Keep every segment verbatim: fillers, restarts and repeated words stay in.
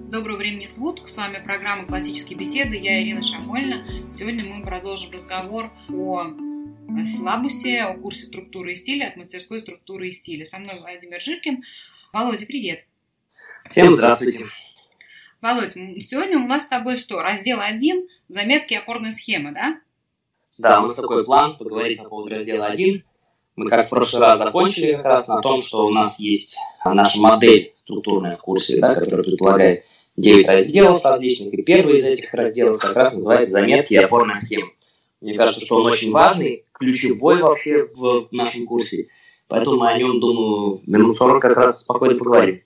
Доброго времени суток, с вами программа «Классические беседы», я Ирина Шамольна. Сегодня мы продолжим разговор о силабусе, о курсе «Структура и стиль» от мастерской «Структуры и стиля». Со мной Владимир Жиркин. Володя, привет. Всем здравствуйте. Володь, сегодня у нас с тобой что? Раздел один, заметки опорной схемы, да? Да, у нас такой план поговорить по поводу раздела один. Мы как в прошлый раз закончили как раз на том, что у нас есть наша модель структурная в курсе, да, которая предполагает девять разделов различных, и первый из этих разделов как раз называется «Заметки и опорная схема». Мне кажется, что он очень важный, ключевой вообще в нашем курсе, поэтому мы о нем, думаю, минут сорок как раз спокойно поговорим.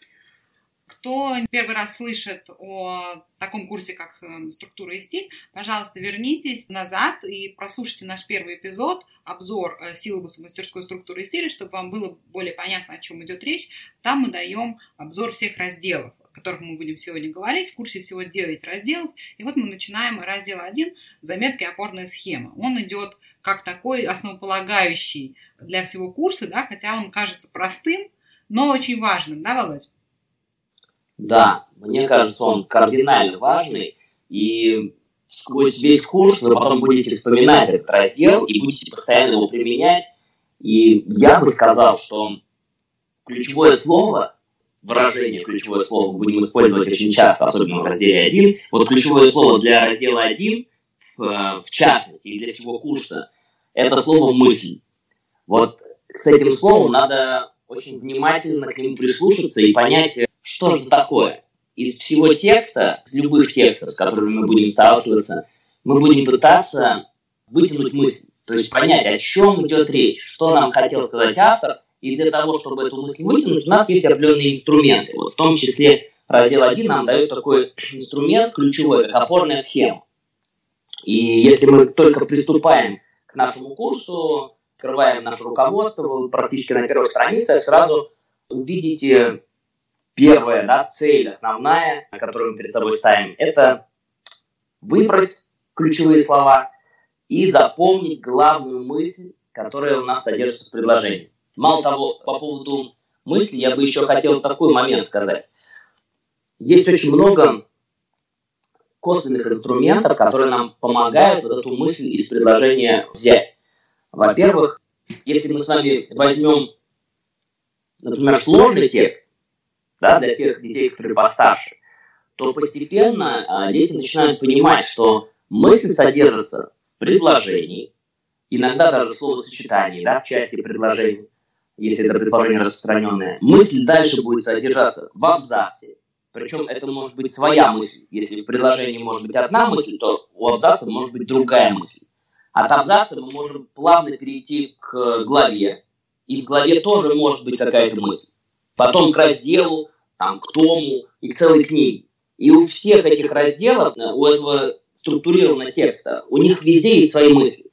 Кто первый раз слышит о таком курсе, как «Структура и стиль», пожалуйста, вернитесь назад и прослушайте наш первый эпизод, обзор силабуса мастерской «Структуры и стиля», чтобы вам было более понятно, о чем идет речь. Там мы даем обзор всех разделов, о которых мы будем сегодня говорить. В курсе всего девять разделов. И вот мы начинаем раздел один «Заметки и опорная схема». Он идет как такой основополагающий для всего курса, да, хотя он кажется простым, но очень важным, да, Володь? Да, мне кажется, он кардинально важный, и сквозь весь курс вы потом будете вспоминать этот раздел и будете постоянно его применять. И я бы сказал, что ключевое слово, выражение ключевое слово будем использовать очень часто, особенно в разделе один. Вот ключевое слово для раздела один, в частности, и для всего курса, это слово «мысль». Вот с этим словом надо очень внимательно к нему прислушаться и понять, что же такое. Из всего текста, из любых текстов, с которыми мы будем сталкиваться, мы будем пытаться вытянуть мысль, то есть понять, о чем идет речь, что нам хотел сказать автор, и для того, чтобы эту мысль вытянуть, у нас есть определенные инструменты. Вот в том числе раздел один нам дает такой инструмент ключевой, как опорная схема. И если мы только приступаем к нашему курсу, открываем наше руководство, вы практически на первых страницах сразу увидите первая, да, цель основная, которую мы перед собой ставим, это выбрать ключевые слова и запомнить главную мысль, которая у нас содержится в предложении. Мало того, по поводу мысли я бы еще хотел такой момент сказать. Есть очень много косвенных инструментов, которые нам помогают вот эту мысль из предложения взять. Во-первых, если мы с вами возьмем, например, сложный текст, да, для тех детей, которые постарше, то постепенно а, дети начинают понимать, что мысль содержится в предложении, иногда даже в словосочетании, да, в части предложений, если это предложение распространенное. Мысль дальше будет содержаться в абзаце, причем это может быть своя мысль. Если в предложении может быть одна мысль, то у абзаца может быть другая мысль. От абзаца мы можем плавно перейти к главе, и в главе тоже может быть какая-то мысль. Потом к разделу, там, к тому и к целой книге. И у всех этих разделов, у этого структурированного текста, у них везде есть свои мысли.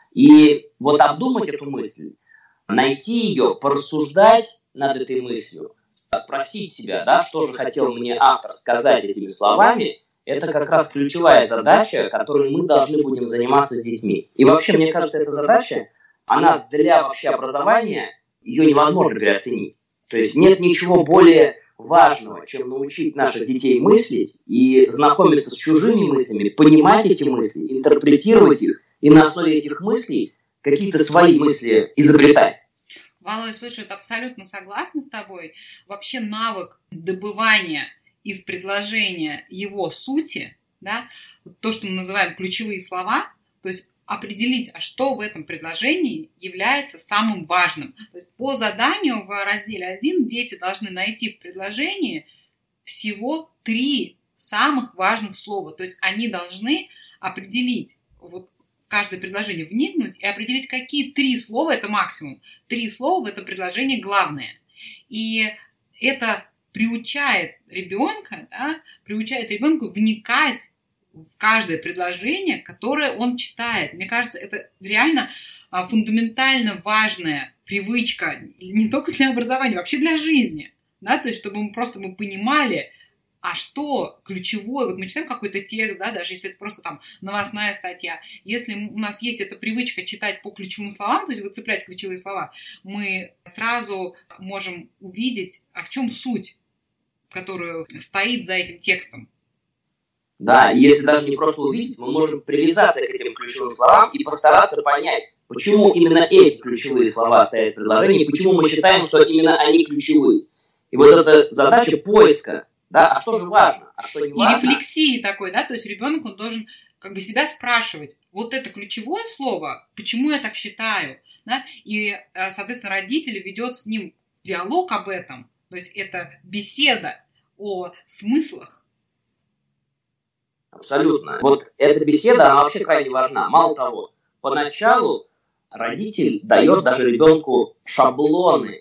И вот обдумать эту мысль, найти ее, порассуждать над этой мыслью, спросить себя, да, что же хотел мне автор сказать этими словами, это как раз ключевая задача, которой мы должны будем заниматься с детьми. И вообще, мне кажется, эта задача, она для вообще образования, ее невозможно переоценить. То есть нет ничего более важного, чем научить наших детей мыслить и знакомиться с чужими мыслями, понимать эти мысли, интерпретировать их и на основе этих мыслей какие-то свои мысли изобретать. Володь, слушай, это абсолютно согласна с тобой. Вообще навык добывания из предложения его сути, да, то, что мы называем ключевые слова, то есть определить, а что в этом предложении является самым важным. То есть по заданию в разделе один дети должны найти в предложении всего три самых важных слова. То есть они должны определить, вот в каждое предложение вникнуть и определить, какие три слова, это максимум, три слова в этом предложении главное. И это приучает ребенка, да, приучает ребенка вникать в каждое предложение, которое он читает. Мне кажется, это реально фундаментально важная привычка не только для образования, вообще для жизни. Да? То есть, чтобы мы просто мы понимали, а что ключевое, вот мы читаем какой-то текст, да, даже если это просто там новостная статья, если у нас есть эта привычка читать по ключевым словам, то есть выцеплять ключевые слова, мы сразу можем увидеть, а в чем суть. которая стоит за этим текстом. Да, и если даже не просто увидеть, мы можем привязаться к этим ключевым словам и постараться понять, почему именно эти ключевые слова стоят в предложении, и почему мы считаем, что именно они ключевые. И вот эта задача поиска, да, а что же важно, а что не важно. И рефлексии такой, да, то есть ребенок, он должен как бы себя спрашивать, вот это ключевое слово, почему я так считаю, да, и, соответственно, родители ведет с ним диалог об этом, то есть это беседа о смыслах. Абсолютно. Вот эта беседа, она вообще крайне важна. Мало того, поначалу родитель дает даже ребенку шаблоны,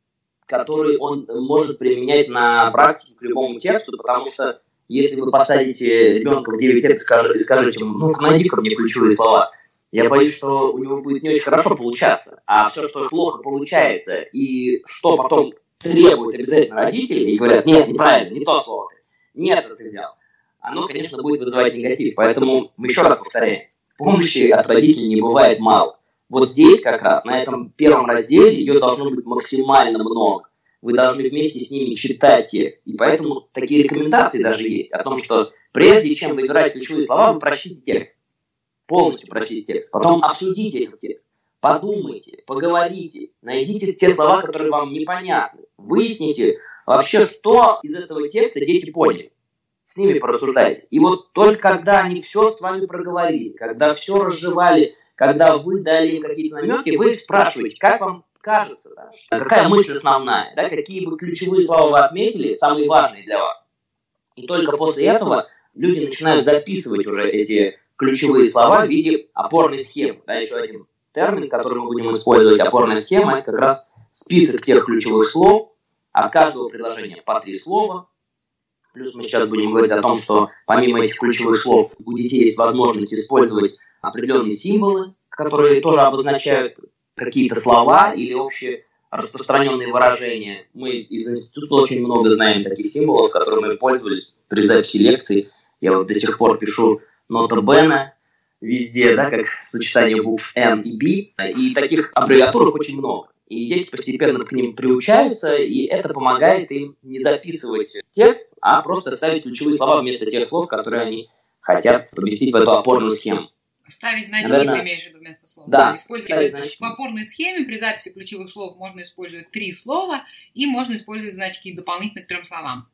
которые он может применять на практике к любому тексту, потому что если вы посадите ребенка в девять лет и скажете, и скажете ему, ну-ка, найди-ка мне ключевые слова, я боюсь, что у него будет не очень хорошо получаться. А все, что плохо получается, и что потом требует обязательно родители, и говорят, нет, неправильно, не то слово, нет, это ты взял, оно, конечно, будет вызывать негатив. Поэтому мы еще раз повторяем, помощи от родителей не бывает мало. Вот здесь как раз, на этом первом разделе, ее должно быть максимально много. Вы должны вместе с ними читать текст. И поэтому такие рекомендации даже есть о том, что прежде чем выбирать ключевые слова, вы прочтите текст. Полностью прочтите текст. Потом обсудите этот текст. Подумайте, поговорите, найдите те слова, которые вам непонятны. Выясните вообще, что из этого текста дети поняли. С ними порассуждайте. И вот только когда они все с вами проговорили, когда все разжевали, когда вы дали им какие-то намеки, вы их спрашиваете, как вам кажется, да, какая мысль основная, да, какие бы ключевые слова вы отметили, самые важные для вас. И только после этого люди начинают записывать уже эти ключевые слова в виде опорной схемы. Да, еще один термин, который мы будем использовать, опорная схема, это как раз список тех ключевых слов, от каждого предложения по три слова. Плюс мы сейчас будем говорить о том, что помимо этих ключевых слов у детей есть возможность использовать определенные символы, которые тоже обозначают какие-то слова или общие распространенные выражения. Мы из института очень много знаем таких символов, которыми мы пользовались при записи лекций. Я вот до сих пор пишу нота бene везде, да, как сочетание букв N и B, и таких аббревиатур очень много. И дети постепенно к ним приучаются, и это помогает им не записывать текст, а просто ставить ключевые слова вместо тех слов, которые они хотят поместить в эту опорную схему. Ставить значки, Наверное, ты имеешь в виду вместо слов. Да, использовать значки. В опорной схеме при записи ключевых слов можно использовать три слова, и можно использовать значки дополнительно к трем словам.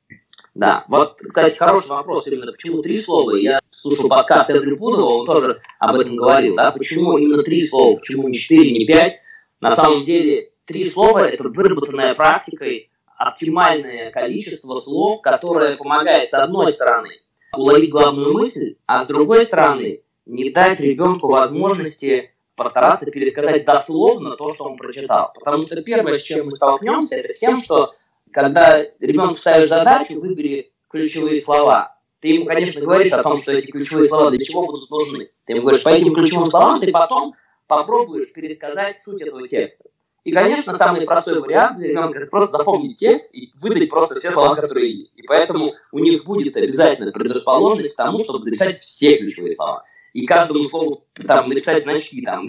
Да, вот, кстати, хороший вопрос именно, почему три слова? Я слушал подкаст Эндрю Пудова, он тоже об этом говорил, да, почему именно три слова, почему не четыре, не пять? На самом деле, три слова – это выработанная практикой оптимальное количество слов, которое помогает, с одной стороны, уловить главную мысль, а с другой стороны, не дать ребенку возможности постараться пересказать дословно то, что он прочитал. Потому что первое, с чем мы столкнемся, это с тем, что когда ребенку ставишь задачу, выбери ключевые слова, ты ему, конечно, говоришь о том, что эти ключевые слова для чего будут нужны. Ты ему говоришь, по этим ключевым словам ты потом попробуешь пересказать суть этого текста. И, конечно, самый простой вариант для ребенка – это просто запомнить текст и выдать просто все слова, которые есть. И поэтому у них будет обязательно предрасположенность к тому, чтобы записать все ключевые слова. И каждому слову там, написать значки. Там,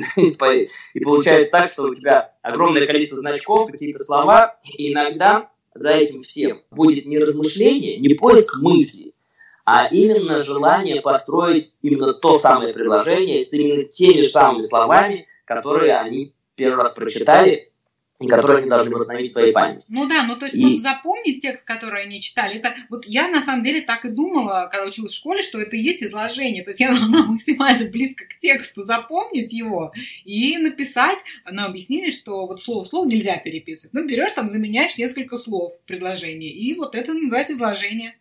и получается так, что у тебя огромное количество значков, какие-то слова, и иногда за этим всем будет не размышление, не поиск мысли, а именно желание построить именно то самое предложение с именно теми же самыми словами, которые они первый раз прочитали и которые они должны восстановить в своей памяти. Ну да, ну то есть и... просто запомнить текст, который они читали. Это вот я на самом деле так и думала, когда училась в школе, что это и есть изложение. То есть я должна максимально близко к тексту запомнить его и написать. Нам объяснили, что вот слово в слово нельзя переписывать. Ну берешь там, заменяешь несколько слов в предложении, и вот это называется изложение.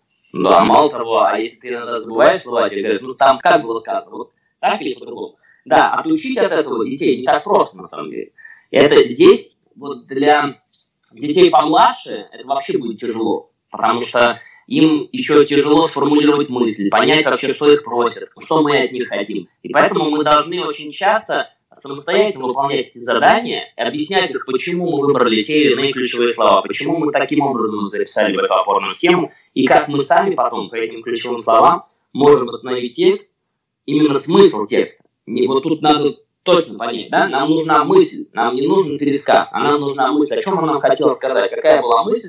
Да, мало того, а если ты иногда забываешь слова, тебе говорят, ну там как было сказано, вот так или по-другому. Да, отучить от этого детей не так просто, на самом деле. Это здесь, вот для детей помладше, это вообще будет тяжело, потому что им еще тяжело сформулировать мысли, понять вообще, что их просят, что мы от них хотим. И поэтому мы должны очень часто самостоятельно выполнять эти задания и объяснять их, почему мы выбрали те или иные ключевые слова, почему мы таким образом записали в эту опорную схему, и как мы сами потом по этим ключевым словам можем восстановить текст, именно смысл текста. И вот тут надо точно понять, да, нам нужна мысль, нам не нужен пересказ, а нам нужна мысль, о чем он нам хотел сказать, какая была мысль,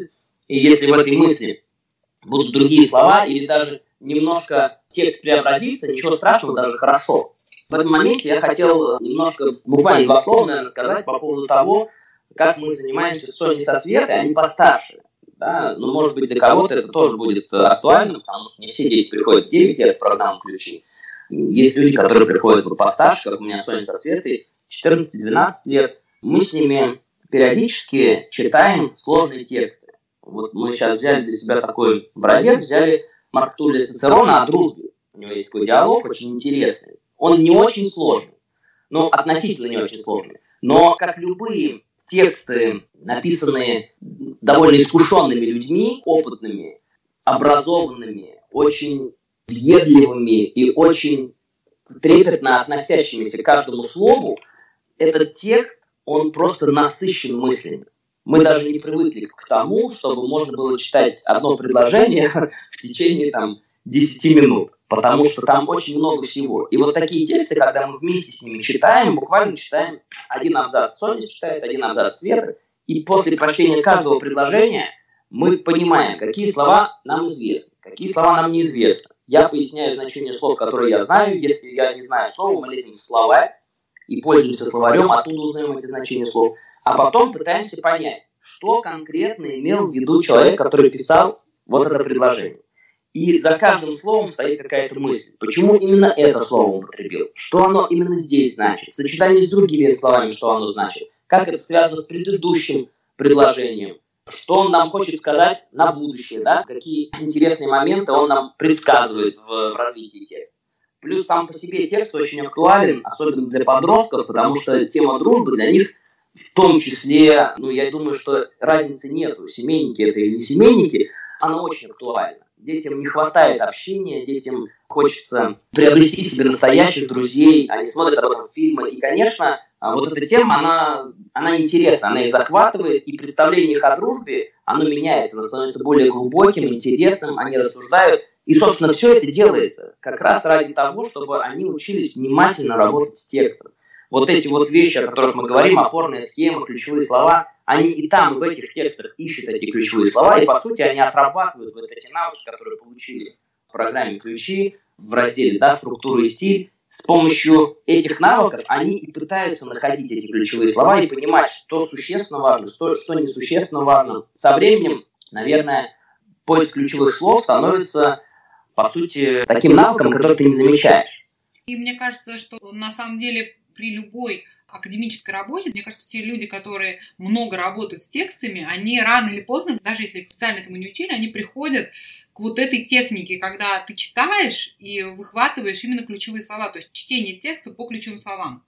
И если в этой мысли будут другие слова или даже немножко текст преобразится, ничего страшного, даже хорошо. В этом моменте я хотел немножко, буквально два слова, наверное, сказать по поводу того, как мы занимаемся с Соней со Светой, они постарше. Да? Но, может быть, для кого-то это тоже будет актуально, потому что не все дети приходят в девять лет в программу «Ключи». Есть люди, которые приходят вот постарше, как у меня Соня со Светой, четырнадцать-двенадцать лет. Мы с ними периодически читаем сложные тексты. Вот мы сейчас взяли для себя такой образец, взяли Марка Туллия Цицерона о дружбе. У него есть такой диалог очень интересный. Он не очень сложный, но относительно не очень сложный. Но, как любые тексты, написанные довольно искушенными людьми, опытными, образованными, очень въедливыми и очень трепетно относящимися к каждому слову, этот текст, он просто насыщен мыслями. Мы даже не привыкли к тому, чтобы можно было читать одно предложение в течение там, десяти минут, потому что там очень много всего. И вот такие тексты, когда мы вместе с ними читаем, буквально читаем один абзац Соня читает, один абзац Света, и после прочтения каждого предложения мы понимаем, какие слова нам известны, какие слова нам неизвестны. Я поясняю значение слов, которые я знаю. Если я не знаю слова, мы лезем в словарь и пользуемся словарем, оттуда узнаем эти значения слов. А потом пытаемся понять, что конкретно имел в виду человек, который писал вот это предложение. И за каждым словом стоит какая-то мысль. Почему именно это слово он употребил? Что оно именно здесь значит? В сочетании с другими словами, что оно значит? Как это связано с предыдущим предложением? Что он нам хочет сказать на будущее? Да? Какие интересные моменты он нам предсказывает в, в развитии текста? Плюс сам по себе текст очень актуален, особенно для подростков, потому что тема дружбы для них в том числе, ну, я думаю, что разницы нету, семейники это или не семейники, она очень актуальна. Детям не хватает общения, детям хочется приобрести себе настоящих друзей, они смотрят об этом фильмы. И, конечно, вот эта тема, она, она интересна, она их захватывает, и представление их о дружбе, оно меняется, оно становится более глубоким, интересным, они рассуждают. И, собственно, все это делается как раз ради того, чтобы они учились внимательно работать с текстом. Вот эти вот вещи, о которых мы говорим, опорная схема, ключевые слова, они и там, и в этих текстах ищут эти ключевые слова, и, по сути, они отрабатывают вот эти навыки, которые получили в программе «Ключи», в разделе да, «Структура и стиль». С помощью этих навыков они и пытаются находить эти ключевые слова и понимать, что существенно важно, что, что несущественно важно. Со временем, наверное, поиск ключевых слов становится, по сути, таким навыком, который ты не замечаешь. И мне кажется, что на самом деле при любой академической работе, мне кажется, все люди, которые много работают с текстами, они рано или поздно, даже если их специально этому не учили, они приходят к вот этой технике, когда ты читаешь и выхватываешь именно ключевые слова, то есть чтение текста по ключевым словам.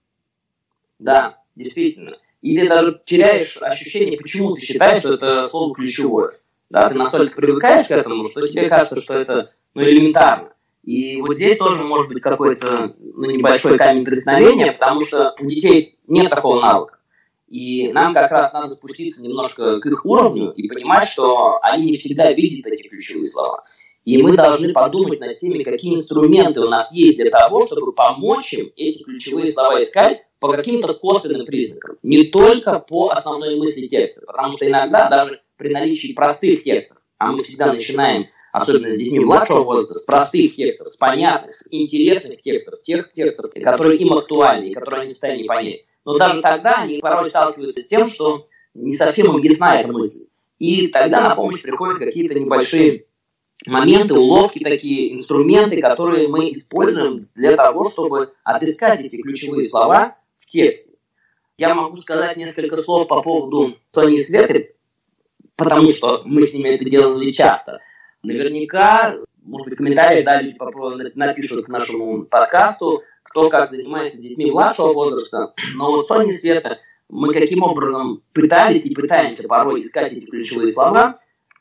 Да, действительно. Или даже теряешь ощущение, почему ты считаешь, что это слово ключевое. Да, ты настолько привыкаешь к этому, что тебе кажется, что это ну, элементарно. И вот здесь тоже может быть какой-то ну, небольшой камень преткновения, потому что у детей нет такого навыка. И нам как раз надо спуститься немножко к их уровню и понимать, что они не всегда видят эти ключевые слова. И мы должны подумать над теми, какие инструменты у нас есть для того, чтобы помочь им эти ключевые слова искать по каким-то косвенным признакам. Не только по основной мысли текста, потому что иногда даже при наличии простых текстов, а мы всегда начинаем особенно с детьми младшего возраста, с простых текстов, с понятных, с интересных текстов, тех текстов, которые им актуальны и которые они в состоянии понять. Но даже тогда они порой сталкиваются с тем, что не совсем им ясна эта мысль. И тогда на помощь приходят какие-то небольшие моменты, уловки такие, инструменты, которые мы используем для того, чтобы отыскать эти ключевые слова в тексте. Я могу сказать несколько слов по поводу Сони и Светы, потому что мы с ними это делали часто. Наверняка, может быть, в комментариях да, люди напишут к нашему подкасту, кто как занимается с детьми младшего возраста. Но вот Соня и Света, мы каким образом пытались и пытаемся порой искать эти ключевые слова,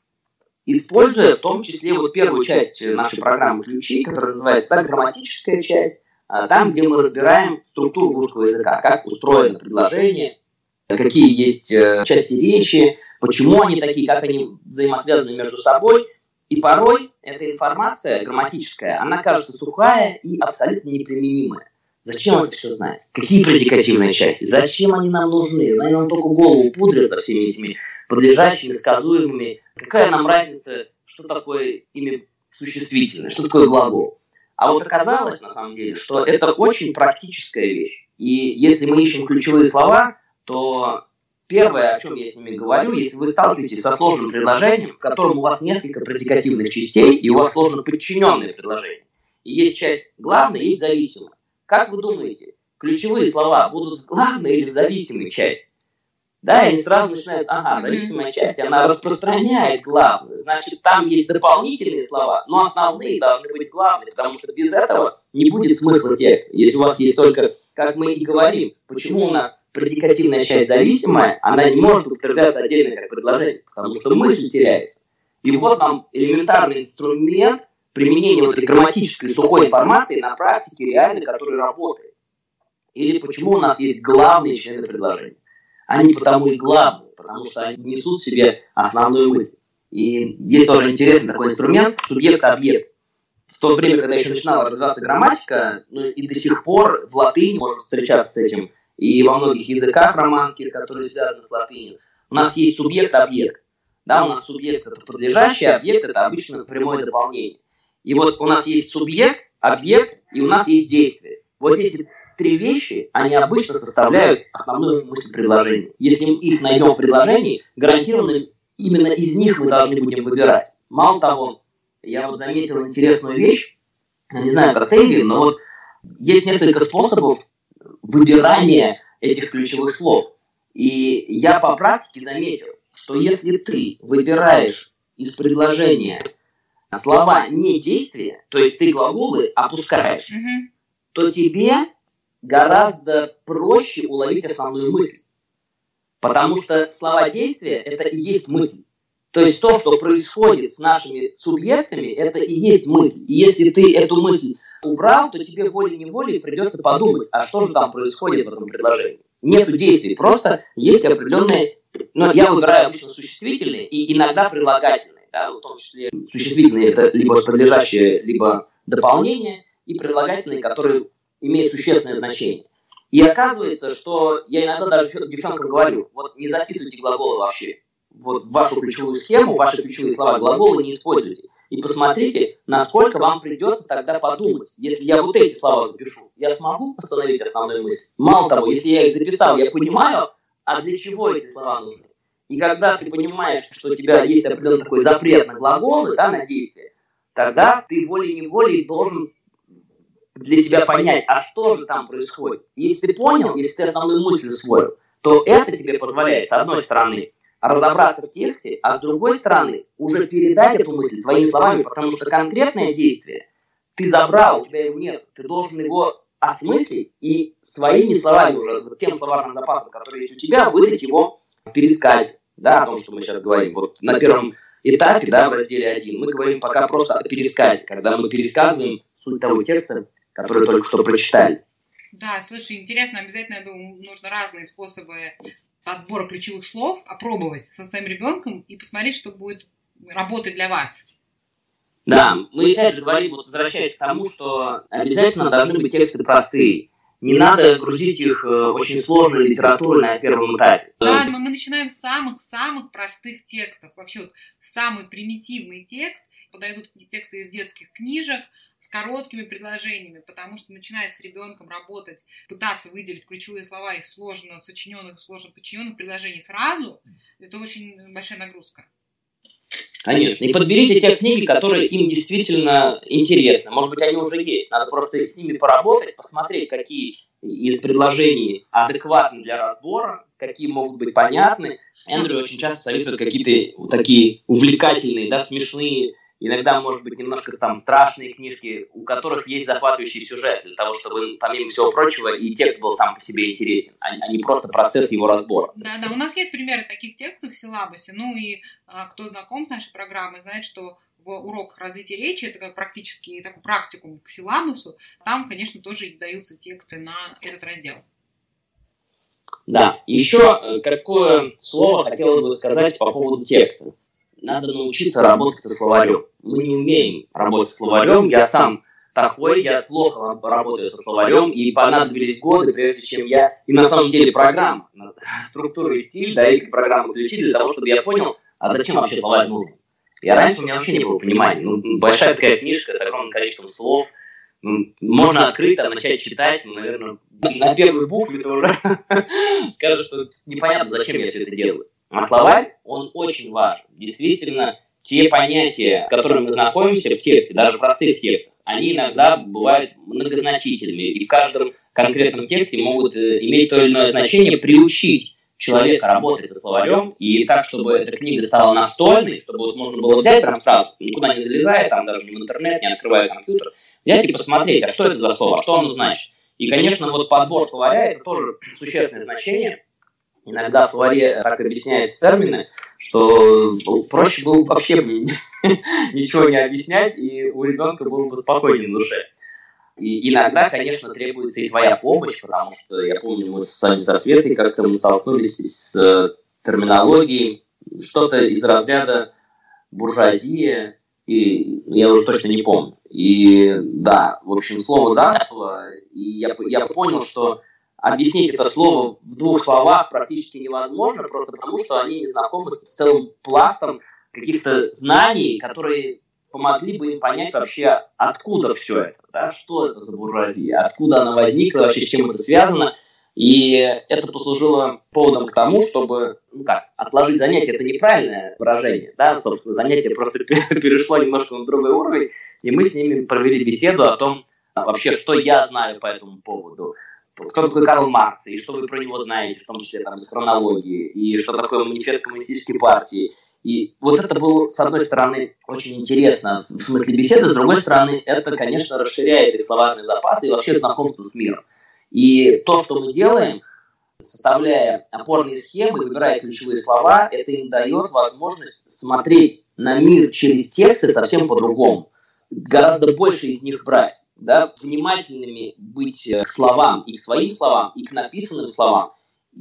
используя в том числе вот первую часть нашей программы «Ключи», которая называется так, грамматическая часть, там, где мы разбираем структуру русского языка, как устроено предложение, какие есть части речи, почему они такие, как они взаимосвязаны между собой. И порой эта информация грамматическая, она кажется сухая и абсолютно неприменимая. Зачем это все знать? Какие предикативные части? Зачем они нам нужны? Они нам только голову пудрят со всеми этими подлежащими, сказуемыми какая нам разница, что такое имя существительное, что такое глагол. А вот оказалось, на самом деле, что это очень практическая вещь. И если мы ищем ключевые слова, то первое, о чем я с ними говорю, если вы сталкиваетесь со сложным предложением, в котором у вас несколько предикативных частей, и у вас сложно подчиненные предложения, и есть часть главная, есть зависимая. Как вы думаете, ключевые слова будут в главной или в зависимой части? Да, и они сразу начинают, ага, зависимая часть, она распространяет главную. Значит, там есть дополнительные слова, но основные должны быть главные, потому что без этого не будет смысла текста. Если у вас есть только, как мы и говорим, почему у нас предикативная часть зависимая, она не может употребляться отдельно как предложение, потому что мысль теряется. И вот нам элементарный инструмент применения вот этой грамматической сухой информации на практике реальной, который работает. Или почему у нас есть главные члены предложения. Они потому и главные, потому что они несут в себе основную мысль. И есть тоже интересный такой инструмент – субъект-объект. В то время, когда еще начинала развиваться грамматика, ну и до сих пор в латыни можно встречаться с этим, и во многих языках романских, которые связаны с латынью, у нас есть субъект-объект. Да, у нас субъект – это подлежащий, объект – это обычно прямое дополнение. И вот у нас есть субъект, объект, и у нас есть действие. Вот эти три вещи, они обычно составляют основную мысль предложения. Если мы их найдем в предложении, гарантированно именно из них мы должны будем выбирать. Мало того, я вот заметил интересную вещь, не знаю, как ты, но вот есть несколько способов выбирания этих ключевых слов. И я по практике заметил, что если ты выбираешь из предложения слова не действия, то есть ты глаголы опускаешь, mm-hmm. то тебе гораздо проще уловить основную мысль. Потому что слова действия – это и есть мысль. То есть то, что происходит с нашими субъектами, это и есть мысль. И если ты эту мысль убрал, то тебе волей-неволей придется подумать, а что же там происходит в этом предложении. Нету действий, просто есть определенные... Ну, я выбираю обычно существительные и иногда прилагательные. Да, в том числе существительные – это либо подлежащее, либо дополнение, и прилагательные, которые имеют существенное значение. И оказывается, что я иногда даже девчонкам говорю, вот не записывайте глаголы вообще. Вот в вашу ключевую схему, ваши ключевые слова глаголы не используйте. И посмотрите, насколько вам придется тогда подумать. Если я вот эти слова запишу, я смогу остановить основную мысль? Мало того, если я их записал, я понимаю, а для чего эти слова нужны? И когда ты понимаешь, что у тебя есть определенный такой запрет на глаголы, да, на действия, тогда ты волей-неволей должен для себя понять, а что же там происходит. Если ты понял, если ты основную мысль усвоил, то это тебе позволяет, с одной стороны, разобраться в тексте, а с другой стороны, уже передать эту мысль своими словами, потому что конкретное действие ты забрал, у тебя его нет, ты должен его осмыслить и своими словами уже, вот тем словарным запасом, который есть у тебя, выдать его в пересказе, да, о том, что мы сейчас говорим. Вот на первом этапе, да, в разделе один, мы говорим пока просто о пересказе, когда мы пересказываем суть того текста, который только что прочитали. Да, слушай, интересно, обязательно, я думаю, нужно разные способы отбора ключевых слов опробовать со своим ребенком и посмотреть, что будет работать для вас. Да, мы опять же говорим, вот возвращаясь к тому, что обязательно должны быть тексты простые. Не надо грузить их очень сложной литературой на первом этапе. Да, мы, мы начинаем с самых-самых простых текстов. Вообще вот самый примитивный текст подойдут тексты из детских книжек с короткими предложениями, потому что начинает с ребенком работать, пытаться выделить ключевые слова из сложно сочиненных, сложно подчиненных предложений сразу, это очень большая нагрузка. Конечно. И подберите те книги, которые им действительно интересны. Может быть, они уже есть. Надо просто с ними поработать, посмотреть, какие из предложений адекватны для разбора, какие могут быть понятны. Эндрю очень часто советует какие-то такие увлекательные, да, смешные, иногда, может быть, немножко там страшные книжки, у которых есть захватывающий сюжет, для того, чтобы, помимо всего прочего, и текст был сам по себе интересен, а не просто процесс его разбора. Да-да, у нас есть примеры таких текстов в силабусе. Ну и а, кто знаком с нашей программой, знает, что в урок развития речи, это как практически такой практикум к силабусу, там, конечно, тоже даются тексты на этот раздел. Да, еще какое слово хотелось бы сказать по поводу текста. Надо научиться работать со словарем. Мы не умеем работать с словарем. Я сам такой, я плохо работаю со словарем, и понадобились годы, прежде чем я... И на самом деле программа, структура и стиль, да, и программу ключи для того, чтобы я понял, а зачем вообще словарь нужен? Я раньше у меня вообще не было понимания. Ну, большая такая книжка с огромным количеством слов. Можно открыть, там, начать читать, ну, наверное, на первой букве ты уже скажешь, что непонятно, зачем я все это делаю. А словарь, он очень важен. Действительно, те понятия, с которыми мы знакомимся в тексте, даже в простых текстах, они иногда бывают многозначительными, и в каждом конкретном тексте могут иметь то или иное значение, приучить человека работать со словарем, и так, чтобы эта книга стала настольной, чтобы вот можно было взять прям сразу, никуда не залезая, там даже не в интернет, не открывая компьютер, взять и посмотреть, а что это за слово, что оно значит. И, конечно, вот подбор словаря – это тоже существенное значение. Иногда в словаре так объясняются термины, что проще было вообще ничего не объяснять, и у ребенка было бы спокойнее на душе. И иногда, конечно, требуется и твоя помощь, потому что я помню, мы с вами со Светой как-то мы столкнулись с терминологией, что-то из разряда буржуазия, и я уже точно не помню. И да, в общем, слово за слово, и я, я понял, что объяснить это слово в двух словах практически невозможно, просто потому что они не знакомы с целым пластом каких-то знаний, которые помогли бы им понять вообще, откуда все это, да, что это за буржуазия, откуда она возникла, вообще с чем это связано. И это послужило поводом к тому, чтобы, ну как, отложить занятие, это неправильное выражение, да, собственно, занятие просто перешло немножко на другой уровень, и мы с ними провели беседу о том, вообще, что я знаю по этому поводу, кто такой Карл Маркс, и что вы про него знаете, в том числе там из хронологии, и что такое манифест коммунистической партии. И вот это было, с одной стороны, очень интересно в смысле беседы, с другой стороны, это, конечно, расширяет их словарный запас и вообще знакомство с миром. И то, что мы делаем, составляя опорные схемы, выбирая ключевые слова, это им дает возможность смотреть на мир через тексты совсем по-другому. Гораздо больше из них брать, да, внимательными быть к словам, и к своим словам, и к написанным словам.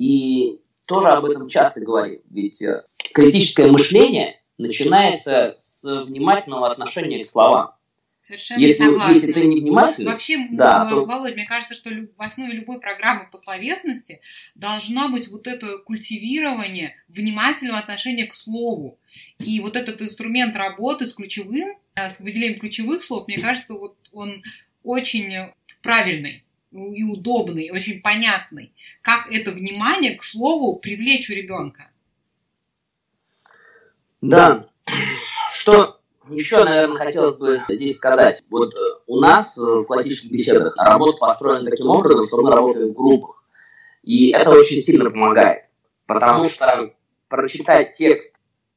И тоже об этом часто говорим, ведь критическое мышление начинается с внимательного отношения к словам. Совершенно если, согласна. Если ты не внимательный... Вообще, да, Володь, то... мне кажется, что в основе любой программы по словесности должно быть вот это культивирование внимательного отношения к слову. И вот этот инструмент работы с ключевым, с выделением ключевых слов, мне кажется, вот он очень правильный и удобный, очень понятный. Как это внимание к слову привлечь у ребенка. Да. Что... Еще, наверное, хотелось бы здесь сказать. Вот у нас в классических беседах работа построена таким образом, что мы работаем в группах. И это очень сильно помогает. Потому что прочитать текст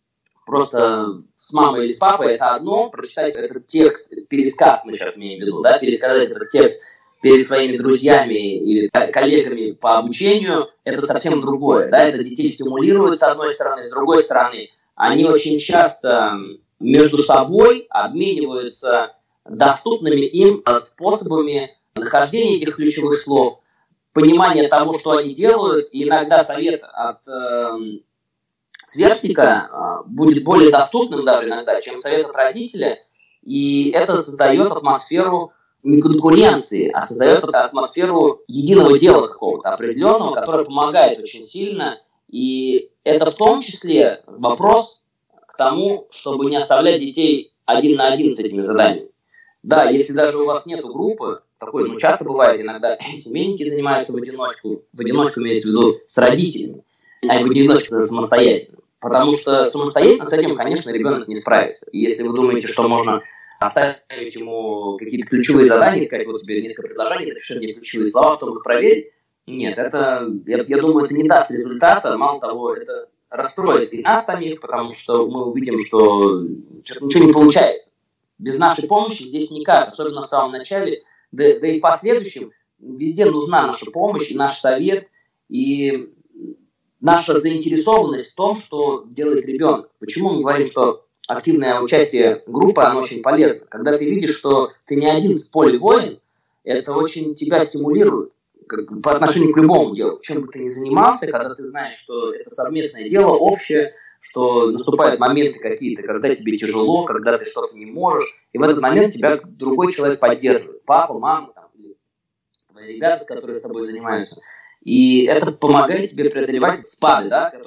просто с мамой или с папой – это одно. Прочитать этот текст, пересказ мы сейчас имеем в виду, да, пересказать этот текст перед своими друзьями или коллегами по обучению – это совсем другое. Да? Это детей стимулирует с одной стороны, с другой стороны. Они очень часто... между собой обмениваются доступными им способами нахождения этих ключевых слов, понимания того, что они делают, и иногда совет от э, сверстника э, будет более доступным даже иногда, чем совет от родителя, и это создает атмосферу не конкуренции, а создает атмосферу единого дела какого-то определенного, которое помогает очень сильно, и это в том числе вопрос к тому, чтобы не оставлять детей один на один с этими заданиями. Да, если даже у вас нету группы, такое, ну, часто бывает, иногда семейники занимаются в одиночку, в одиночку имеется в виду с родителями, а не в одиночку самостоятельно. Потому что самостоятельно с этим, конечно, ребенок не справится. И если вы думаете, что можно оставить ему какие-то ключевые задания, сказать, вот тебе несколько предложений, напиши мне ключевые слова, потом их проверь, нет, это, я, я думаю, это не даст результата, мало того, это расстроит и нас самих, потому что мы увидим, что ничего не получается. Без нашей помощи здесь никак, особенно в самом начале, да, да и в последующем, везде нужна наша помощь и наш совет, и наша заинтересованность в том, что делает ребенок. Почему мы говорим, что активное участие группы, оно очень полезно? Когда ты видишь, что ты не один в поле воин, это очень тебя стимулирует по отношению к любому делу, в чем бы ты ни занимался, когда ты знаешь, что это совместное дело, общее, что наступают моменты какие-то, когда тебе тяжело, когда ты что-то не можешь, и в этот момент тебя другой человек поддерживает, папа, мама, там, или ребята, которые с тобой занимаются, и это помогает тебе преодолевать спады, да, которые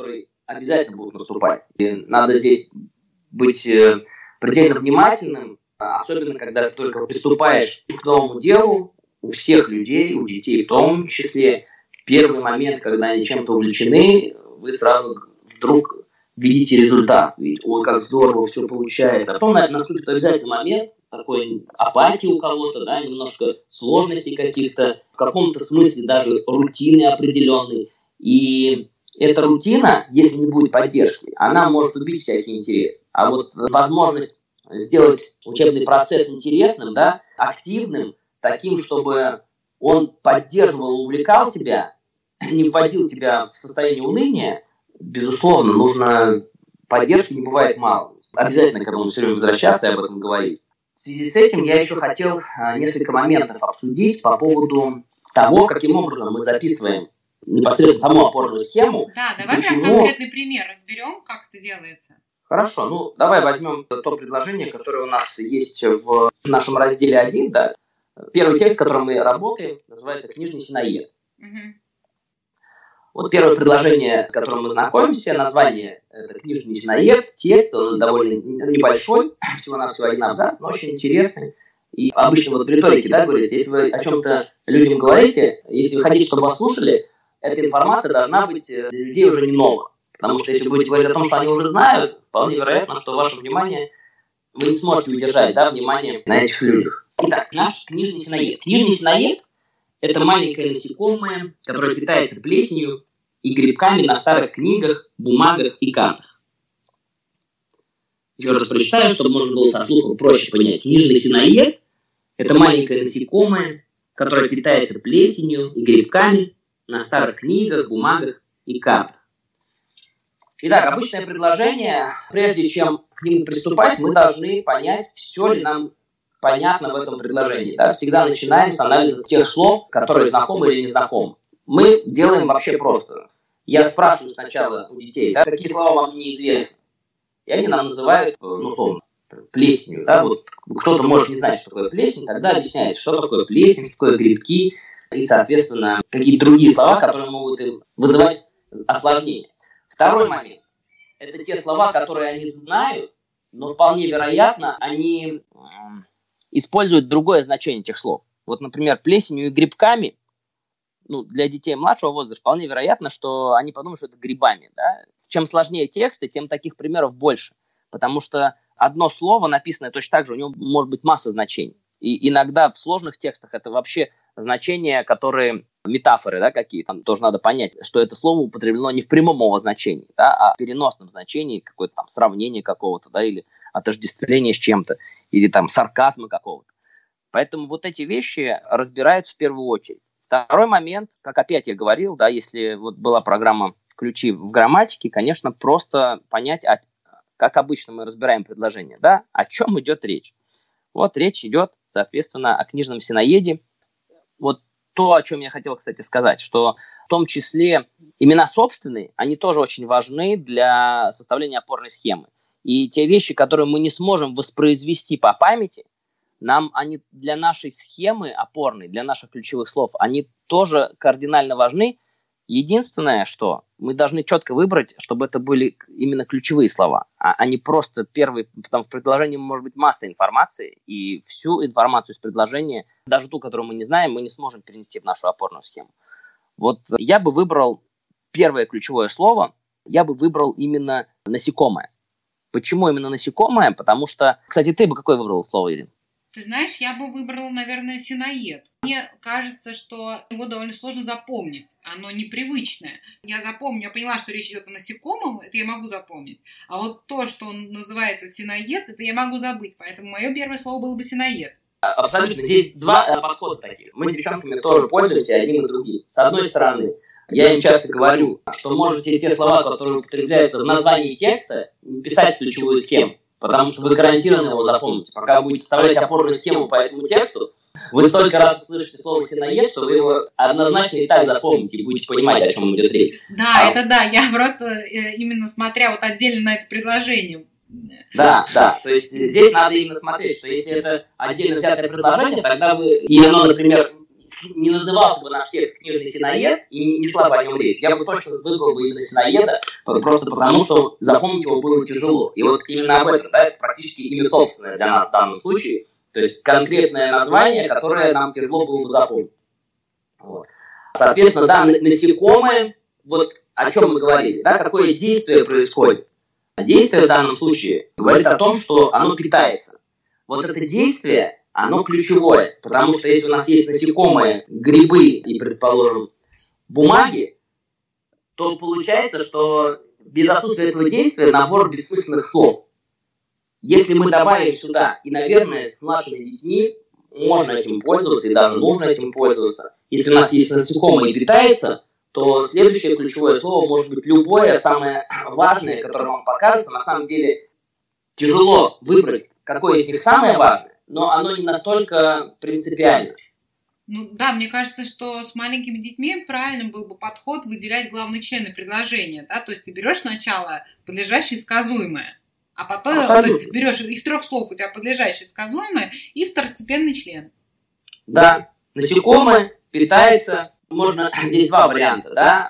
обязательно будут наступать. И надо здесь быть предельно внимательным, особенно когда ты только приступаешь к новому делу. У всех людей, у детей в том числе, первый момент, когда они чем-то увлечены, вы сразу вдруг видите результат. Ведь, ой, как здорово все получается. А потом наступит обязательный момент, такой апатии у кого-то, да, немножко сложностей каких-то, в каком-то смысле даже рутины определенной. И эта рутина, если не будет поддержки, она может убить всякий интерес. А вот возможность сделать учебный процесс интересным, да, активным, таким, чтобы он поддерживал, увлекал тебя, не вводил тебя в состояние уныния, безусловно, нужно поддержки не бывает мало. Обязательно к этому все время возвращаться и об этом говорить. В связи с этим я еще хотел несколько моментов обсудить по поводу того, каким образом мы записываем непосредственно саму опорную схему. Да, давай прям конкретный пример разберем, как это делается. Хорошо, ну давай возьмем то предложение, которое у нас есть в нашем разделе один. Да. Первый текст, с которым мы работаем, называется «Книжный синоед». Угу. Вот первое предложение, с которым мы знакомимся, название – это «Книжный синоед», текст, он довольно небольшой, всего-навсего один абзац, но очень интересный. И обычно вот в риторике, да, говорится, если вы о чем-то людям говорите, если вы хотите, чтобы вас слушали, эта информация должна быть для людей уже не новая. Потому что если вы будете говорить о том, что они уже знают, вполне вероятно, что ваше внимание, вы не сможете удержать, да, внимание на этих людях. Итак, наш книжный синоед. Книжный синоед – это маленькое насекомое, которое питается плесенью и грибками на старых книгах, бумагах и картах. Еще раз прочитаю, чтобы можно было со слухом проще понять. Книжный синоед – это маленькое насекомое, которое питается плесенью и грибками на старых книгах, бумагах и картах. Итак, обычное предложение. Прежде чем к нему приступать, мы должны понять, все ли нам понятно в этом предложении. Да? Всегда начинаем с анализа тех слов, которые знакомы или не знакомы. Мы делаем вообще просто. Я спрашиваю сначала у детей, да, какие слова вам неизвестны. И они нам называют, ну, условно, плесенью. Да? Вот кто-то может не знать, что такое плесень, тогда объясняется, что такое плесень, что такое грибки и, соответственно, какие-то другие слова, которые могут им вызывать осложнения. Второй момент. Это те слова, которые они знают, но вполне вероятно, они используют другое значение этих слов. Вот, например, плесенью и грибками, ну, для детей младшего возраста вполне вероятно, что они подумают, что это грибами. Да? Чем сложнее тексты, тем таких примеров больше. Потому что одно слово, написанное точно так же, у него может быть масса значений. И иногда в сложных текстах это вообще значения, которые метафоры, да, какие-то. Там тоже надо понять, что это слово употреблено не в прямом его значении, да, а в переносном значении, какое-то там сравнение какого-то, да, или отождествление с чем-то, или там сарказма какого-то. Поэтому вот эти вещи разбираются в первую очередь. Второй момент, как опять я говорил, да, если вот была программа «Ключи в грамматике», конечно, просто понять, о, как обычно мы разбираем предложение, да, о чем идет речь. Вот речь идет, соответственно, о книжном синоеде. Вот то, о чем я хотел, кстати, сказать, что в том числе имена собственные, они тоже очень важны для составления опорной схемы. И те вещи, которые мы не сможем воспроизвести по памяти, нам они для нашей схемы опорной, для наших ключевых слов, они тоже кардинально важны. Единственное, что мы должны четко выбрать, чтобы это были именно ключевые слова, а не просто первые, потому что в предложении может быть масса информации, и всю информацию из предложения, даже ту, которую мы не знаем, мы не сможем перенести в нашу опорную схему. Вот я бы выбрал первое ключевое слово, я бы выбрал именно насекомое. Почему именно насекомое? Потому что, кстати, ты бы какое выбрал слово, Ирина? Ты знаешь, я бы выбрала, наверное, синоед. Мне кажется, что его довольно сложно запомнить. Оно непривычное. Я запомню, я поняла, что речь идет о насекомом, это я могу запомнить. А вот то, что он называется синоед, это я могу забыть. Поэтому мое первое слово было бы синоед. Абсолютно. Здесь два подхода таких. Мы с девчонками тоже пользуемся одним и другим. С одной стороны, я им часто говорю, что можете те слова, которые употребляются в названии текста, писать в ключевую схему. Потому что вы гарантированно его запомните. Пока вы будете составлять опорную схему по этому тексту, вы столько раз услышите слово «синоед», что вы его однозначно и так запомните и будете понимать, о чем идет речь. Да, а... это да. Я просто именно смотря вот отдельно на это предложение. Да, да. То есть здесь надо именно смотреть, что если это отдельно взятое предложение, тогда вы, и оно, например, в не назывался бы наш текст «Книжный синоед» и не шла бы о нем речь. Я бы точно выбрал бы именно синоеда, просто потому, что запомнить его было тяжело. И вот именно об этом, да, это практически имя собственное для нас в данном случае. То есть конкретное название, которое нам тяжело было бы запомнить. Вот. Соответственно, да, насекомые, вот о чем мы говорили, да, какое действие происходит. Действие в данном случае говорит о том, что оно питается. Вот это действие, оно ключевое, потому что если у нас есть насекомые, грибы и, предположим, бумаги, то получается, что без отсутствия этого действия набор бессмысленных слов. Если мы добавим сюда, и, наверное, с нашими детьми можно этим пользоваться, и даже нужно этим пользоваться, если у нас есть насекомое и питается, то следующее ключевое слово может быть любое, самое важное, которое вам покажется. На самом деле тяжело выбрать, какое из них самое важное, но оно не настолько принципиально. Ну да, мне кажется, что с маленькими детьми правильным был бы подход выделять главные члены предложения. Да? То есть ты берешь сначала подлежащее и сказуемое, а потом то есть, берешь из трех слов у тебя подлежащее, сказуемое и второстепенный член. Да, насекомое питается. Можно, здесь два варианта, да.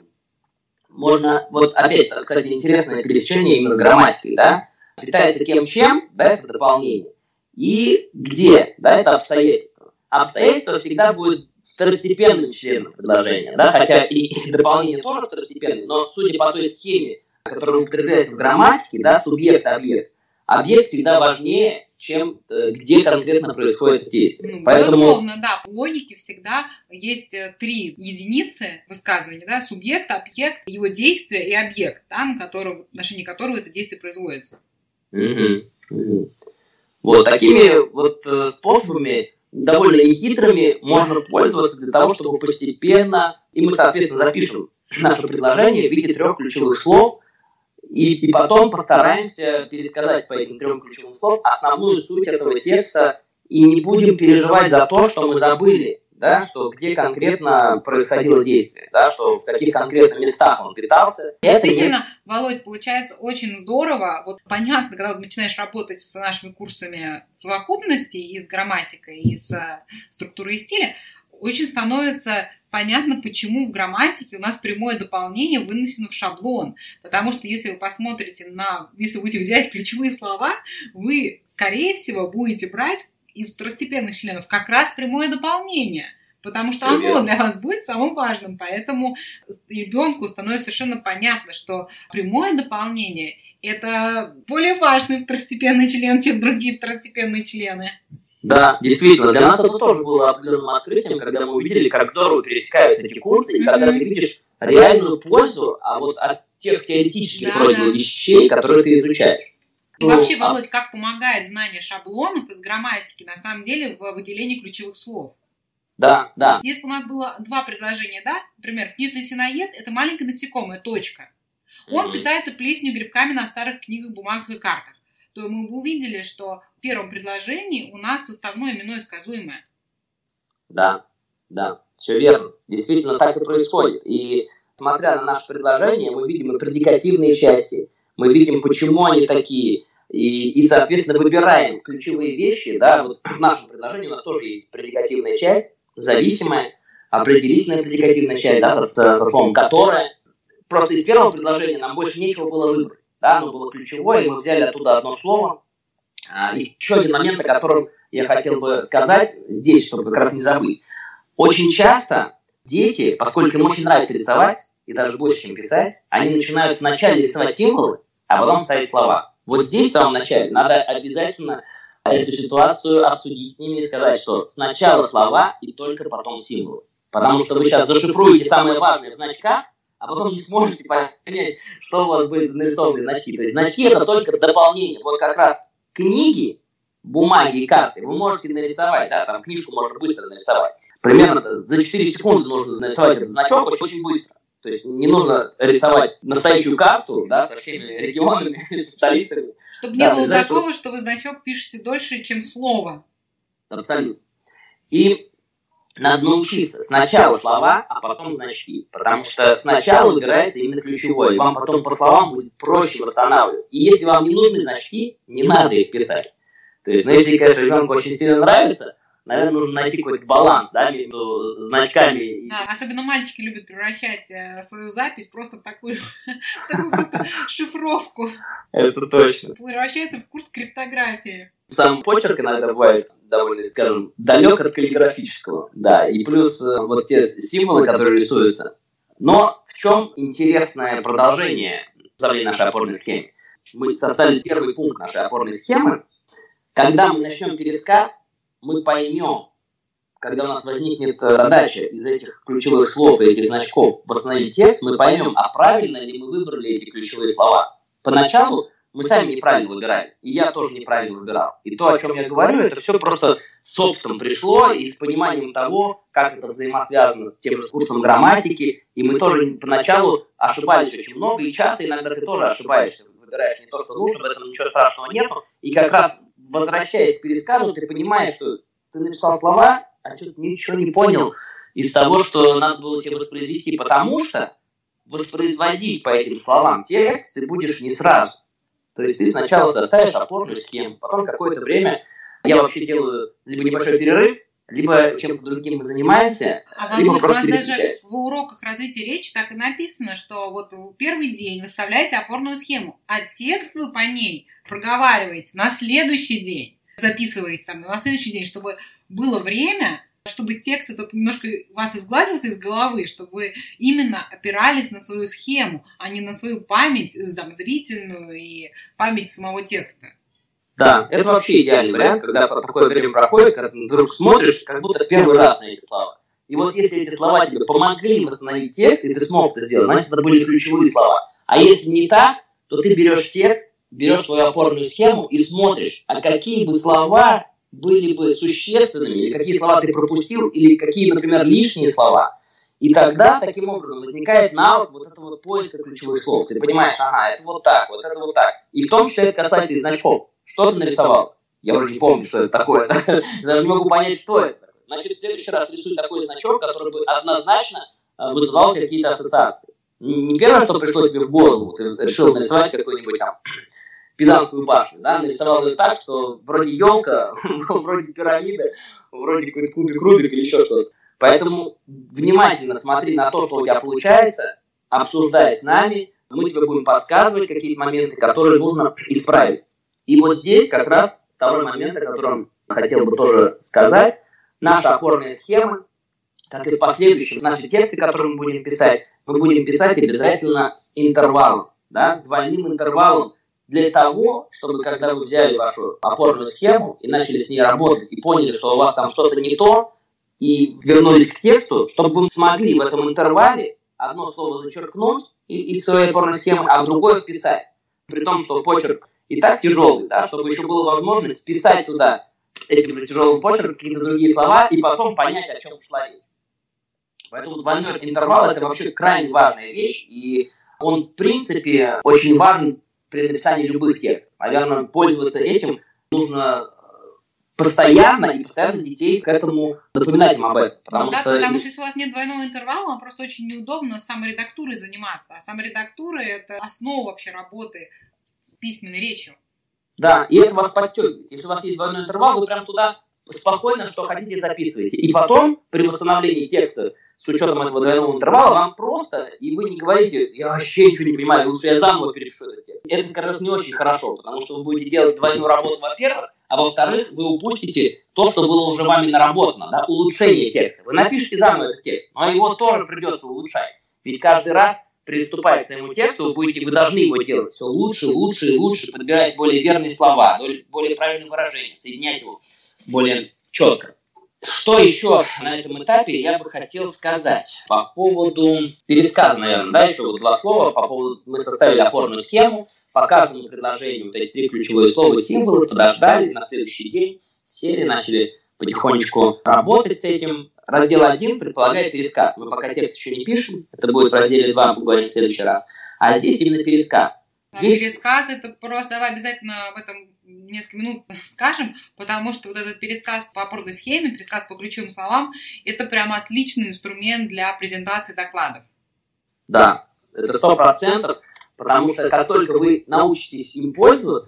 Можно, вот опять, кстати, интересное пересечение именно с грамматикой, да. Питается кем-чем, да, это дополнение. И где, да, это обстоятельство. Обстоятельство всегда будет второстепенным членом предложения, да, хотя и, и дополнение тоже второстепенное, но судя по той схеме, которая употребляется в грамматике, да, субъект, объект, объект всегда важнее, чем э, где конкретно происходит действие. Ну, Поэтому... Безусловно, да, в логике всегда есть три единицы высказывания, да, субъект, объект, его действие и объект, да, на которого, в отношении которого это действие производится. Mm-hmm. Mm-hmm. Вот такими вот э, способами, довольно нехитрыми, можно пользоваться для того, чтобы постепенно, и мы, соответственно, запишем наше предложение в виде трех ключевых слов, И, и потом постараемся пересказать по этим трем ключевым словам основную суть этого текста и не будем переживать за то, что мы забыли, да, что где конкретно происходило действие, да, что в каких конкретно местах он питался. Действительно, не... Володь, получается очень здорово. Вот понятно, когда вот начинаешь работать с нашими курсами совокупности и с грамматикой, и с структурой и стиля, очень становится понятно, почему в грамматике у нас прямое дополнение вынесено в шаблон. Потому что если вы посмотрите на... Если вы будете выделять ключевые слова, вы, скорее всего, будете брать из второстепенных членов как раз прямое дополнение. Потому что оно для вас будет самым важным. Поэтому ребенку становится совершенно понятно, что прямое дополнение – это более важный второстепенный член, чем другие второстепенные члены. Да, действительно, для нас это тоже было определенным открытием, когда мы увидели, как здорово пересекаются эти курсы, и когда ты видишь реальную пользу а вот от тех теоретических да, вроде да. вещей, которые ты изучаешь. И вообще, Володь, как помогает знание шаблонов из грамматики, на самом деле, в выделении ключевых слов? Да, да. Если бы у нас было два предложения, да, например, книжный синоед – это маленькое насекомое, точка. Он mm-hmm. питается плесенью и грибками на старых книгах, бумагах и картах. То мы бы увидели, что в первом предложении у нас составное именное сказуемое. Да, да, все верно. Действительно, так и происходит. И смотря на наше предложение, мы видим и предикативные части, мы видим, почему они такие, и, и соответственно, выбираем ключевые вещи. Да, вот в нашем предложении у нас тоже есть предикативная часть, зависимая, определительная предикативная часть, да, со, со словом «которая». Просто из первого предложения нам больше нечего было выбрать. Да, оно было ключевое, и мы взяли оттуда одно слово. А, еще один момент, о котором я хотел бы сказать здесь, чтобы как раз не забыть. Очень часто дети, поскольку им очень нравится рисовать, и даже больше, чем писать, они начинают вначале рисовать символы, а потом ставить слова. Вот здесь, в самом начале, надо обязательно эту ситуацию обсудить с ними и сказать, что сначала слова и только потом символы. Потому что вы сейчас зашифруете самое важное в значках, а потом не сможете понять, что у вас будет нарисованы значки. То есть значки – это только дополнение. Вот как раз книги, бумаги и карты вы можете нарисовать, да, там книжку можно быстро нарисовать. Примерно за четыре секунды нужно нарисовать этот значок очень, очень быстро. То есть не нужно рисовать настоящую карту, да, со всеми регионами, со столицами. Чтобы не да, было такого, что... что вы значок пишете дольше, чем слово. Абсолютно. И надо научиться сначала слова, а потом значки. Потому что сначала выбирается именно ключевое, и вам потом по словам будет проще восстанавливать. И если вам не нужны значки, не надо их писать. То есть, ну, если, конечно, ребенку очень сильно нравится, наверное, нужно найти какой-то баланс, да, между значками. Да, особенно мальчики любят превращать свою запись просто в такую, в такую просто шифровку. Это точно. Превращается в курс криптографии. Сам почерк иногда бывает довольно, скажем, далек от каллиграфического. Да, и плюс вот те символы, которые рисуются. Но в чем интересное продолжение составления нашей опорной схемы? Мы составили первый пункт нашей опорной схемы. Когда мы начнем пересказ, мы поймем, когда у нас возникнет задача из этих ключевых слов и этих значков восстановить текст, мы поймем, а правильно ли мы выбрали эти ключевые слова. Поначалу мы сами неправильно выбирали, и я тоже неправильно выбирал. И то, о чем я говорю, это все просто с опытом пришло и с пониманием того, как это взаимосвязано с тем же курсом грамматики. И мы тоже поначалу ошибались очень много, и часто иногда ты тоже ошибаешься, выбираешь не то, что нужно, в этом ничего страшного нету. И как раз, возвращаясь к пересказу, ты понимаешь, что ты написал слова, а что-то ничего не понял из того, что надо было тебе воспроизвести, потому что воспроизводить по этим словам текст ты будешь не сразу. То есть ты сначала составишь опорную схему, потом какое-то время я вообще делаю либо небольшой перерыв, либо чем-то другим мы занимаемся, а либо Володь, просто у вас переключаем. Даже в уроках развития речи так и написано, что вот в первый день вы вставляете опорную схему, а текст вы по ней проговариваете на следующий день, записываете там на следующий день, чтобы было время, чтобы текст этот немножко у вас изгладился из головы, чтобы вы именно опирались на свою схему, а не на свою память, там, зрительную и память самого текста. Да, это вообще идеальный вариант, когда такое время проходит, когда ты вдруг смотришь, как будто в первый раз на эти слова. И вот если эти слова тебе помогли восстановить текст, и ты смог это сделать, значит, это были ключевые слова. А если не так, то ты берешь текст, берешь свою опорную схему и смотришь, а какие бы слова были бы существенными, или какие слова ты пропустил, или какие, например, лишние слова. И тогда, таким образом, возникает навык вот этого поиска ключевых слов. Ты понимаешь, ага, это вот так, вот это вот так. И в том числе это касается и значков. Что ты нарисовал? Я уже не помню, что это такое. Даже не могу понять, что это. Значит, в следующий раз рисуй такой значок, который бы однозначно вызывал у тебя какие-то ассоциации. Не первое, что пришло тебе в голову, ты решил нарисовать какой-нибудь там Пизанскую башню, да, нарисовал ее так, что вроде елка, вроде пирамида, вроде какой-то кубик-рубик или еще что-то. Поэтому внимательно смотри на то, что у тебя получается, обсуждай с нами, мы тебе будем подсказывать какие-то моменты, которые нужно исправить. И вот здесь как раз второй момент, о котором хотел бы тоже сказать, наша опорная схема, как и в последующем, наши тексты, которые мы будем писать, мы будем писать обязательно с интервалом, да, с двойным интервалом, для того, чтобы когда вы взяли вашу опорную схему и начали с ней работать, и поняли, что у вас там что-то не то, и вернулись к тексту, чтобы вы смогли в этом интервале одно слово зачеркнуть из своей опорной схемы, а другое вписать. При том, что почерк и так тяжелый, да, чтобы еще была возможность вписать туда этим же тяжелым почерком какие-то другие слова и потом понять, о чем шла речь. Поэтому двойной интервал – это вообще крайне важная вещь, и он, в принципе, очень важен при написании любых текстов. Наверное, пользоваться этим нужно постоянно, и постоянно детей к этому напоминать им об этом. Потому, ну, да, что... потому что если у вас нет двойного интервала, вам просто очень неудобно саморедактурой заниматься. А саморедактура – это основа вообще работы с письменной речью. Да, и это вас подстегивает. Если у вас есть двойной интервал, вы прям туда спокойно, что хотите, записываете. И потом, при восстановлении текста с учетом этого двойного интервала, вам просто, и вы не говорите, я вообще ничего не понимаю, лучше я заново перепишу этот текст. Это как раз не очень хорошо, потому что вы будете делать двойную работу, во-первых, а во-вторых, вы упустите то, что было уже вами наработано, да, улучшение текста. Вы напишите заново этот текст, но его тоже придется улучшать. Ведь каждый раз, приступая к своему тексту, вы, будете, вы должны его делать все лучше, лучше и лучше, подбирать более верные слова, более правильные выражения, соединять его более четко. Что еще на этом этапе я бы хотел сказать по поводу пересказа, наверное, да, еще вот два слова, по поводу, мы составили опорную схему, по каждому предложению вот эти три ключевые слова, символы, подождали, на следующий день сели, начали потихонечку работать с этим. Раздел один предполагает пересказ. Мы пока текст еще не пишем, это будет в разделе два, поговорим в следующий раз. А здесь именно пересказ. Здесь... Пересказ, это просто, давай обязательно об этом несколько минут скажем, потому что вот этот пересказ по опорной схеме, пересказ по ключевым словам, это прям отличный инструмент для презентации докладов. Да, это сто процентов, потому что как только вы научитесь им пользоваться,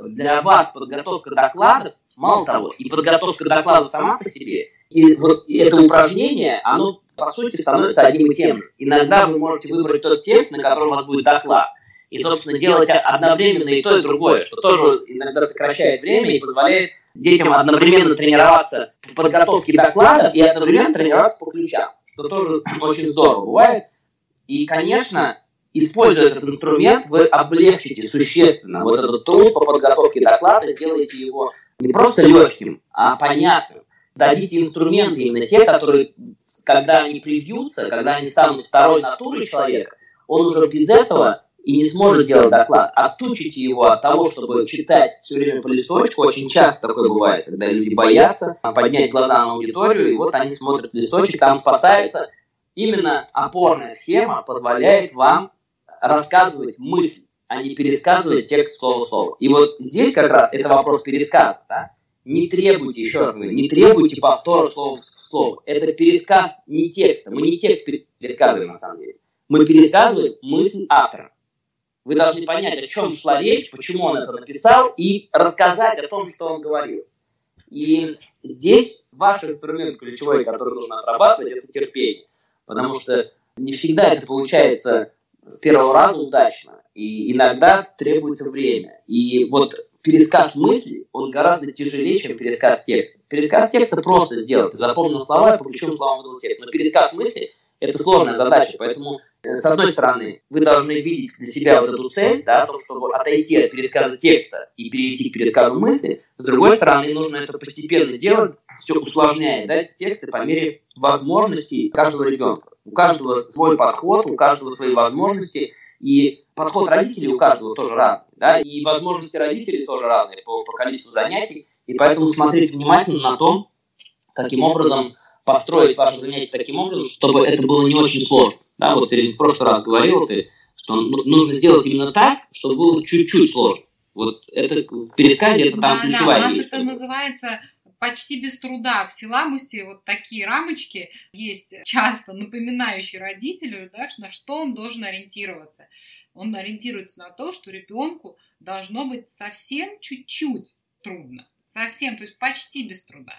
для вас подготовка докладов, мало того, и подготовка доклада сама по себе, и вот это упражнение, оно по сути становится одним и тем же. Иногда вы можете выбрать тот текст, на котором у вас будет доклад, и, собственно, делать одновременно и то, и другое, что тоже иногда сокращает время и позволяет детям одновременно тренироваться в подготовке докладов и одновременно тренироваться по ключам, что тоже очень здорово бывает. И, конечно, используя этот инструмент, вы облегчите существенно вот этот труд по подготовке доклада, сделаете его не просто легким, а понятным. Дадите инструменты именно те, которые, когда они привьются, когда они станут второй натурой человека, он уже без этого и не сможет делать доклад. Отучите его от того, чтобы читать все время по листочку. Очень часто такое бывает, когда люди боятся поднять глаза на аудиторию, и вот они смотрят листочек, там спасаются. Именно опорная схема позволяет вам рассказывать мысль, а не пересказывать текст слово в слово. И вот здесь как раз это вопрос пересказа. Да? Не требуйте, еще раз говорю, не требуйте повтора слова в слово. Это пересказ не текста. Мы не текст пересказываем на самом деле. Мы пересказываем мысль автора. Вы должны понять, о чем шла речь, почему он это написал, и рассказать о том, что он говорил. И здесь ваш инструмент ключевой, который нужно отрабатывать, это терпение. Потому что не всегда это получается с первого раза удачно. И иногда требуется время. И вот пересказ мысли, он гораздо тяжелее, чем пересказ текста. Пересказ текста просто сделать. Ты запомнил слова и по ключевым словам выдал текст. Но пересказ мысли – это сложная задача. Поэтому, с одной стороны, вы должны видеть для себя вот эту цель, да, о том, чтобы отойти от пересказа текста и перейти к пересказу мысли. С другой стороны, нужно это постепенно делать, все усложняя, да, тексты по мере возможностей каждого ребенка. У каждого свой подход, у каждого свои возможности. И подход родителей у каждого тоже разный. Да, и возможности родителей тоже разные по, по количеству занятий. И поэтому смотрите внимательно на то, каким образом построить ваше занятие таким образом, чтобы это было не очень сложно. Да, вот ты в прошлый раз говорил, ты, что нужно сделать именно так, чтобы было чуть-чуть сложно. Вот это в пересказе это там да, ключевая да, у нас вещь. это называется почти без труда. В силабусе вот такие рамочки есть, часто напоминающие родителю, да, на что он должен ориентироваться. Он ориентируется на то, что ребенку должно быть совсем чуть-чуть трудно. Совсем, то есть почти без труда.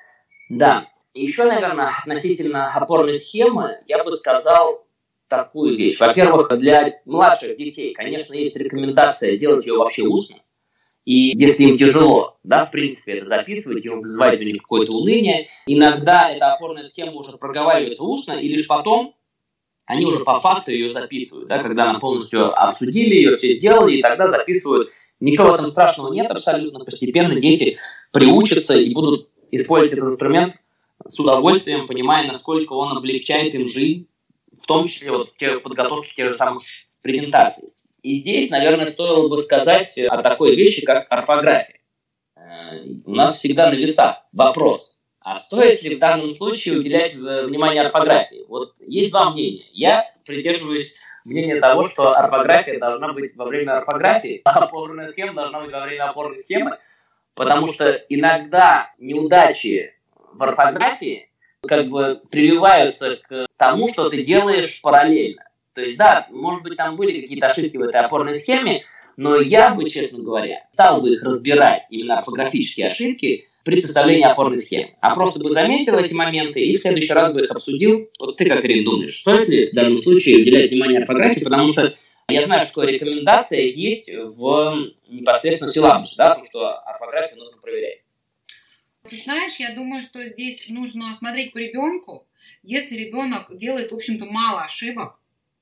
Да. Еще, наверное, относительно опорной схемы, я бы сказал такую вещь. Во-первых, для младших детей, конечно, есть рекомендация делать ее вообще устно. И если им тяжело, да, в принципе, это записывать, и вызывает у них какое-то уныние, иногда эта опорная схема уже проговаривается устно, и лишь потом они уже по факту ее записывают, да, когда они полностью обсудили ее, все сделали, и тогда записывают. Ничего в этом страшного нет абсолютно. Постепенно дети приучатся и будут использовать этот инструмент с удовольствием, понимая, насколько он облегчает им жизнь, в том числе вот в, тех, в подготовке тех же самых презентаций. И здесь, наверное, стоило бы сказать о такой вещи, как орфография. Э, у нас всегда на весах вопрос, а стоит ли в данном случае уделять внимание орфографии? Вот есть два мнения. Я придерживаюсь мнения того, что орфография должна быть во время орфографии, а опорная схема должна быть во время опорной схемы, потому что иногда неудачи в орфографии как бы прививаются к тому, что ты делаешь параллельно. То есть, да, может быть, там были какие-то ошибки в этой опорной схеме, но я бы, честно говоря, стал бы их разбирать, именно орфографические ошибки, при составлении опорной схемы. А просто бы заметил эти моменты и в следующий раз бы их обсудил. Вот ты как, Ирина, думаешь, стоит ли в данном случае уделять внимание орфографии, потому что я знаю, что такая рекомендация есть в непосредственно силабусе, да, потому что орфографию нужно проверять. Ты знаешь, я думаю, что здесь нужно смотреть по ребенку. Если ребенок делает, в общем-то, мало ошибок,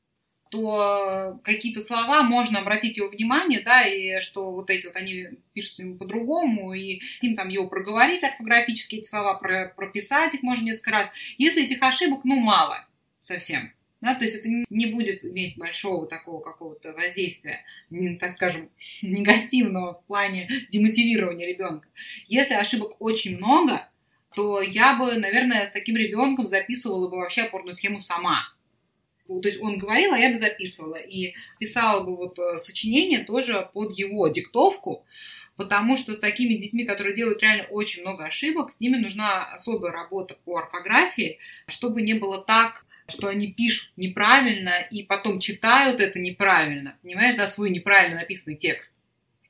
то какие-то слова можно обратить его внимание, да, и что вот эти вот они пишутся ему по-другому, и им там его проговорить орфографически, эти слова про, прописать их можно несколько раз. Если этих ошибок, ну, мало совсем, да, то есть это не будет иметь большого такого какого-то воздействия, так скажем, негативного в плане демотивирования ребенка. Если ошибок очень много, то я бы, наверное, с таким ребенком записывала бы вообще опорную схему сама. То есть он говорил, а я бы записывала. И писала бы вот сочинение тоже под его диктовку, потому что с такими детьми, которые делают реально очень много ошибок, с ними нужна особая работа по орфографии, чтобы не было так, что они пишут неправильно и потом читают это неправильно. Понимаешь, да, свой неправильно написанный текст.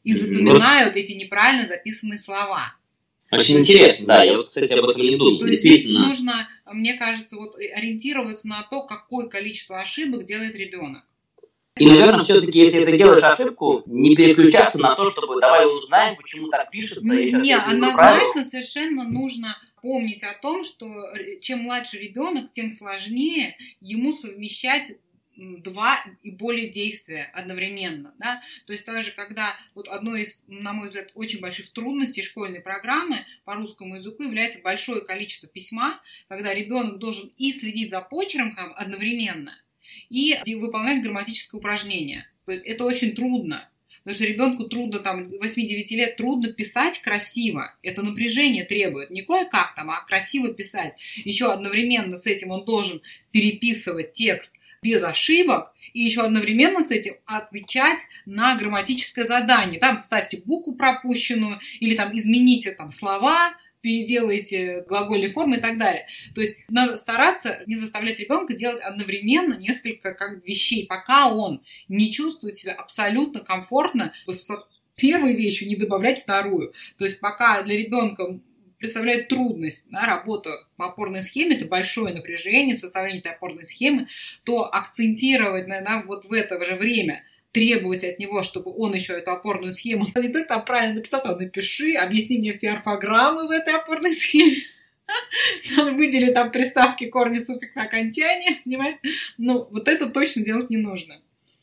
и запоминают вот эти неправильно записанные слова. Очень интересно, да, я вот, кстати, об этом не думал. То есть здесь нужно, мне кажется, вот ориентироваться на то, какое количество ошибок делает ребенок. И, наверное, все-таки, если ты делаешь ошибку, не переключаться на то, чтобы давай узнаем, почему так пишется. Нет, однозначно совершенно нужно помнить о том, что чем младше ребенок, тем сложнее ему совмещать два и более действия одновременно, да, то есть даже когда вот одной из, на мой взгляд, очень больших трудностей школьной программы по русскому языку является большое количество письма, когда ребенок должен и следить за почерком одновременно, и выполнять грамматическое упражнение, то есть это очень трудно. Потому что ребенку трудно, там, восьми-девяти лет трудно писать красиво. Это напряжение требует. Не кое-как там, а красиво писать. Еще одновременно с этим он должен переписывать текст без ошибок, и еще одновременно с этим отвечать на грамматическое задание. Там вставьте букву пропущенную, или там измените там слова, переделайте глагольные формы и так далее. То есть надо стараться не заставлять ребенка делать одновременно несколько как вещей, пока он не чувствует себя абсолютно комфортно, с первой вещью не добавлять вторую. То есть пока для ребенка представляет трудность, да, работа по опорной схеме, это большое напряжение, составление этой опорной схемы, то акцентировать на, на вот в это же время, требовать от него, чтобы он еще эту опорную схему не только там правильно написал, там напиши, объясни мне все орфограммы в этой опорной схеме, выдели там приставки, корни, суффиксы, окончания, понимаешь? Ну, вот это точно делать не нужно.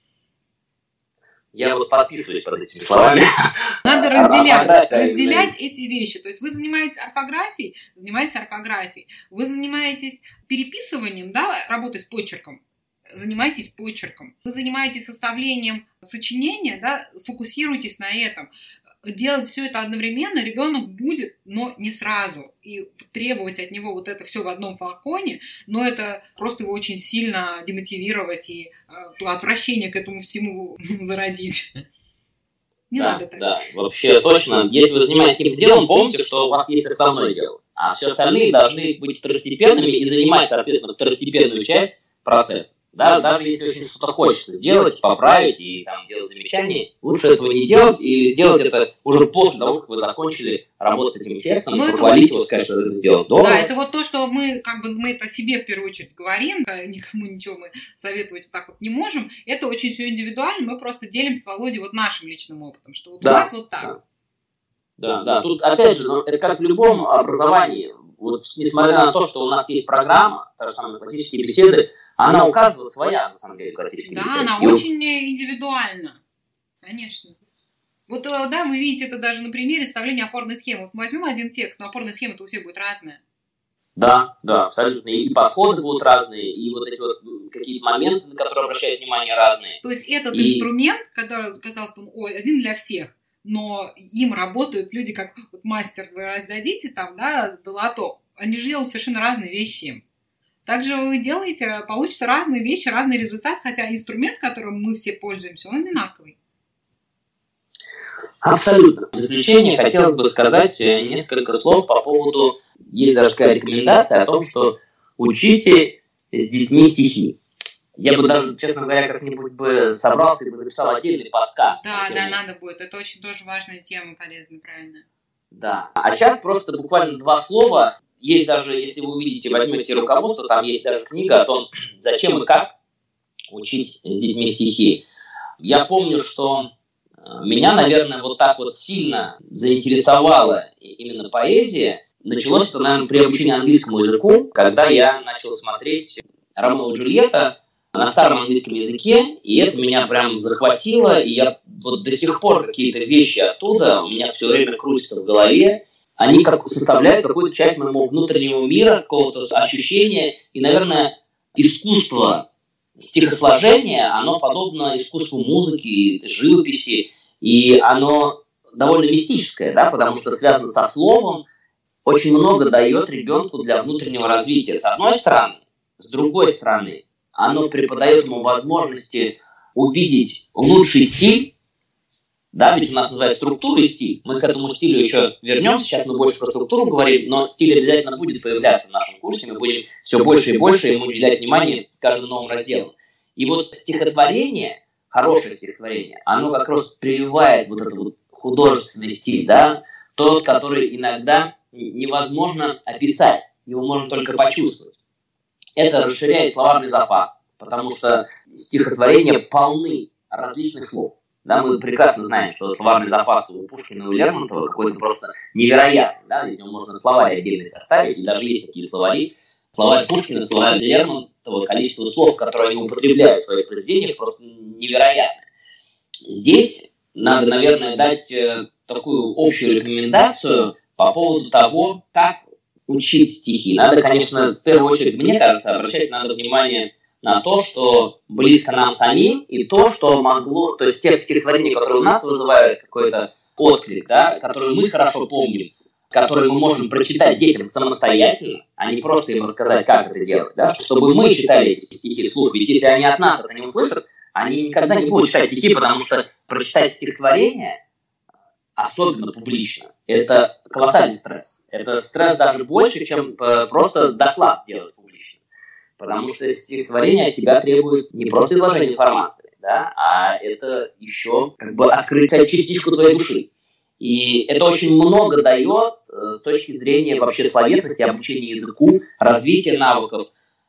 Я вот подписываюсь под этими словами. Надо разделять, разделять эти вещи. То есть вы занимаетесь орфографией, занимаетесь орфографией. Вы занимаетесь переписыванием, да, работой с почерком, занимайтесь почерком. Вы занимаетесь составлением сочинения, да, сфокусируйтесь на этом. Делать все это одновременно ребенок будет, но не сразу. И требовать от него вот это все в одном флаконе, но это просто его очень сильно демотивировать и э, отвращение к этому всему зародить. Не да, надо так. Да, вообще точно. Если вы занимаетесь каким-то делом, помните, что у вас есть основное дело, а все остальные должны быть второстепенными и занимать, соответственно, второстепенную часть процесса. Да, даже если очень что-то хочется сделать, поправить и там, делать замечания, лучше этого не делать или сделать это уже после того, как вы закончили работать с этим текстом, но похвалить его, сказать, что это сделал здорово. Да, это вот то, что мы как бы мы это себе в первую очередь говорим, никому ничего мы советовать вот так вот не можем. Это очень все индивидуально, мы просто делимся с Володей вот нашим личным опытом, что вот да, у нас вот так. Да, да, да. Тут опять же, ну, это как в любом образовании. Вот несмотря на то, что у нас есть программа, та же самая классические беседы, она у каждого своя, на самом деле, классическая да, беседа. Да, она и очень индивидуальна, конечно. Вот, да, вы видите это даже на примере составления опорной схемы. Вот мы возьмем один текст, но опорная схема-то у всех будет разная. Да, да, абсолютно. И подходы будут разные, и вот эти вот какие-то моменты, на которые обращают внимание, разные. То есть этот и... инструмент, который, казалось бы, ой, один для всех, но им работают люди, как вот мастер, вы раздадите там, да, долото, они же делают совершенно разные вещи им. Также вы делаете, получится разные вещи, разный результат, хотя инструмент, которым мы все пользуемся, он одинаковый. Абсолютно. В заключение хотелось бы сказать несколько слов по поводу, есть даже такая рекомендация о том, что учите с детьми стихи. Я бы даже, честно говоря, как-нибудь бы собрался и бы записал отдельный подкаст. Да, да, надо будет. Это очень тоже важная тема, полезная, правильно. Да. А сейчас просто буквально два слова. Есть даже, если вы увидите, возьмете руководство, там есть даже книга о том, зачем и как учить с детьми стихи. Я помню, что меня, наверное, вот так вот сильно заинтересовала именно поэзия. Началось это, наверное, при обучении английскому языку, когда я начал смотреть «Ромео и Джульетта» на старом английском языке, и это меня прям захватило, и я вот до сих пор какие-то вещи оттуда у меня все время крутятся в голове. Они как составляют какую-то часть моего внутреннего мира, какого-то ощущения. И, наверное, искусство стихосложения, оно подобно искусству музыки, живописи. И оно довольно мистическое, да, потому что связано со словом, очень много дает ребенку для внутреннего развития. С одной стороны, с другой стороны, оно преподает ему возможности увидеть лучший стиль. Да, ведь у нас называется структура и стиль. Мы к этому стилю еще вернемся. Сейчас мы больше про структуру говорим, но стиль обязательно будет появляться в нашем курсе. Мы будем все больше и больше ему уделять внимание с каждым новым разделом. И вот стихотворение, хорошее стихотворение, оно как раз прививает вот эту вот художественный стиль, да, тот, который иногда невозможно описать, его можно только почувствовать. Это расширяет словарный запас, потому что стихотворения полны различных слов. Да, мы прекрасно знаем, что словарный запас у Пушкина и у Лермонтова какой-то просто невероятный. Да, из него можно словарь отдельный составить, и даже есть такие словари. Словарь Пушкина, словарь Лермонтова, количество слов, которые они употребляют в своих произведениях, просто невероятное. Здесь надо, наверное, дать такую общую рекомендацию по поводу того, как учить стихи. Надо, конечно, в первую очередь, мне кажется, обращать надо внимание на то, что близко нам самим, и то, что могло, то есть те стихотворения, которые у нас вызывают какой-то отклик, да, которые мы хорошо помним, которые мы можем прочитать детям самостоятельно, а не просто им рассказать, как это делать, да, чтобы мы читали эти стихи вслух. Ведь если они от нас это не услышат, они никогда не будут читать стихи, потому что прочитать стихотворение, особенно публично, это колоссальный стресс. Это стресс даже больше, чем просто доклад сделать публично. Потому что стихотворение от тебя требует не просто изложения информации, да, а это еще как бы открыть частичку твоей души. И это очень много дает с точки зрения вообще словесности, обучения языку, развития навыков.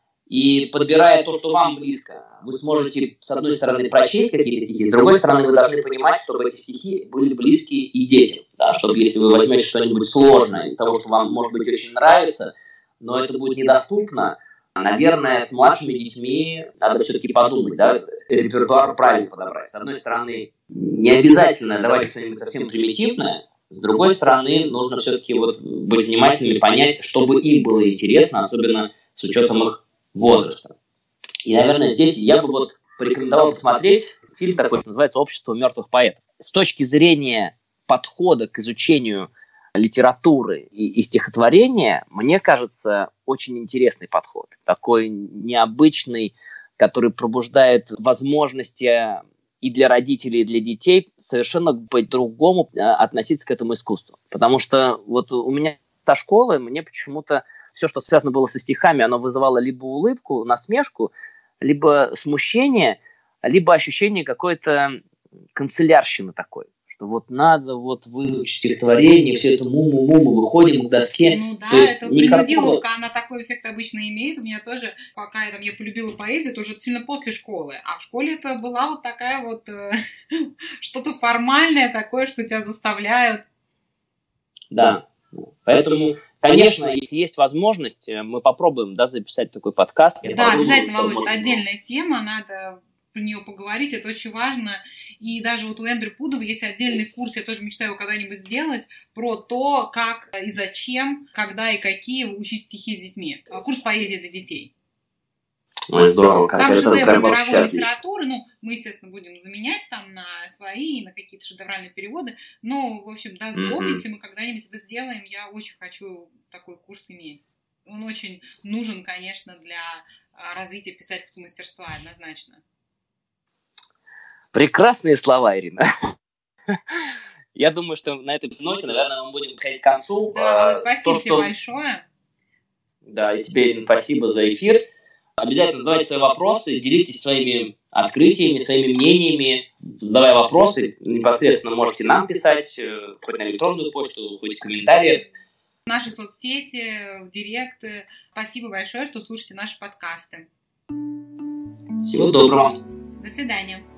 И подбирая то, что вам близко, вы сможете, с одной стороны, прочесть какие-то стихи, с другой стороны, вы должны понимать, чтобы эти стихи были близки и детям. Да, чтобы если вы возьмете что-нибудь сложное из того, что вам, может быть, очень нравится, но это будет недоступно, наверное, с младшими детьми надо все-таки подумать, да, репертуар правильно подобрать. С одной стороны, не обязательно давать что-нибудь совсем примитивное, с другой стороны, нужно все-таки вот быть внимательными, понять, чтобы им было интересно, особенно с учетом их возраста. И, наверное, здесь я бы вот порекомендовал посмотреть фильм такой, называется «Общество мертвых поэтов». С точки зрения подхода к изучению литературы и, и стихотворения, мне кажется, очень интересный подход. Такой необычный, который пробуждает возможности и для родителей, и для детей совершенно по-другому относиться к этому искусству. Потому что вот у меня та школа, мне почему-то все, что связано было со стихами, оно вызывало либо улыбку, насмешку, либо смущение, либо ощущение какой-то канцелярщины такой. Что вот надо вот выучить стихотворение, все это му-му-му, мы выходим к доске. Ну да, то есть это никакого... принудиловка, она такой эффект обычно имеет. У меня тоже, пока я, там, я полюбила поэзию, это уже сильно после школы. А в школе это была вот такая вот э, что-то формальное такое, что тебя заставляют. Да, поэтому, конечно, если есть возможность, мы попробуем, да, записать такой подкаст. Я да, подумаю, обязательно, Володь, это отдельная тема, надо про нее поговорить, это очень важно. И даже вот у Эндрю Пудова есть отдельный курс, я тоже мечтаю его когда-нибудь сделать, про то, как и зачем, когда и какие учить стихи с детьми. Курс поэзии для детей. Ой, здорово. Как там это шедевры мировой литературы, ну, мы, естественно, будем заменять там на свои, на какие-то шедевральные переводы, но, в общем, даст Бог, mm-hmm. если мы когда-нибудь это сделаем, я очень хочу такой курс иметь. Он очень нужен, конечно, для развития писательского мастерства, однозначно. Прекрасные слова, Ирина. Я думаю, что на этой ноте, наверное, мы будем подходить к концу. Да, спасибо то, тебе что... большое. Да, и тебе, Ирина, спасибо за эфир. Обязательно задавайте свои вопросы, делитесь своими открытиями, своими мнениями, задавая вопросы. Непосредственно можете нам писать, хоть на электронную почту, хоть в комментариях. Наши соцсети, в директы. Спасибо большое, что слушаете наши подкасты. Всего доброго. До свидания.